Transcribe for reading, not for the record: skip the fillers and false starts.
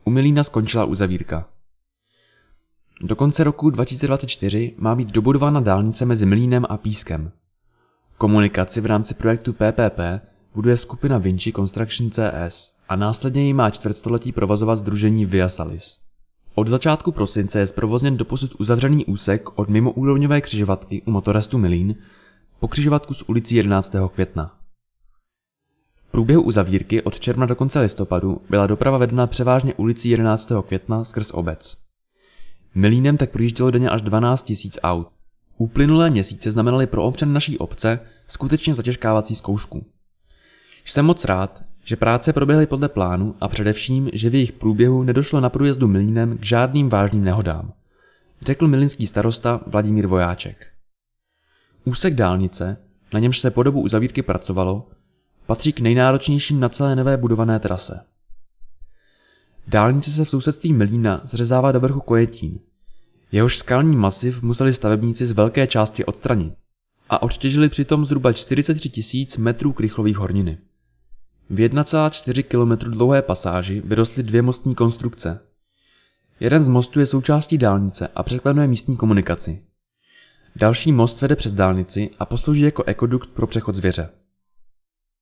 u Milína skončila uzavírka. Do konce roku 2024 má být dobudována dálnice mezi Milínem a Pískem. Komunikaci v rámci projektu PPP buduje skupina Vinci Construction CS a následně ji má čtvrtstoletí provozovat sdružení Via Salis. Od začátku prosince je zprovozněn doposud uzavřený úsek od mimoúrovňové křižovatky u Motorestu Milín po křižovatku s ulicí 11. května. V průběhu uzavírky od června do konce listopadu byla doprava vedena převážně ulicí 11. května skrz obec. Milínem tak projíždělo denně až 12 000 aut. Uplynulé měsíce znamenaly pro občany naší obce skutečně zatěžkávací zkoušku. Jsem moc rád, že práce proběhly podle plánu a především, že v jejich průběhu nedošlo na průjezdu Milínem k žádným vážným nehodám, řekl milínský starosta Vladimír Vojáček. Úsek dálnice, na němž se po dobu uzavírky pracovalo, patří k nejnáročnějším na celé nové budované trase. Dálnice se v sousedství Milína zřezává do vrchu Kojetín. Jehož skalní masiv museli stavebníci z velké části odstranit a odtěžili přitom zhruba 43 000 metrů krychlových horniny. V 1,4 km dlouhé pasáži vyrostly 2 mostní konstrukce. Jeden z mostů je součástí dálnice a překlenuje místní komunikaci. Další most vede přes dálnici a poslouží jako ekodukt pro přechod zvěře.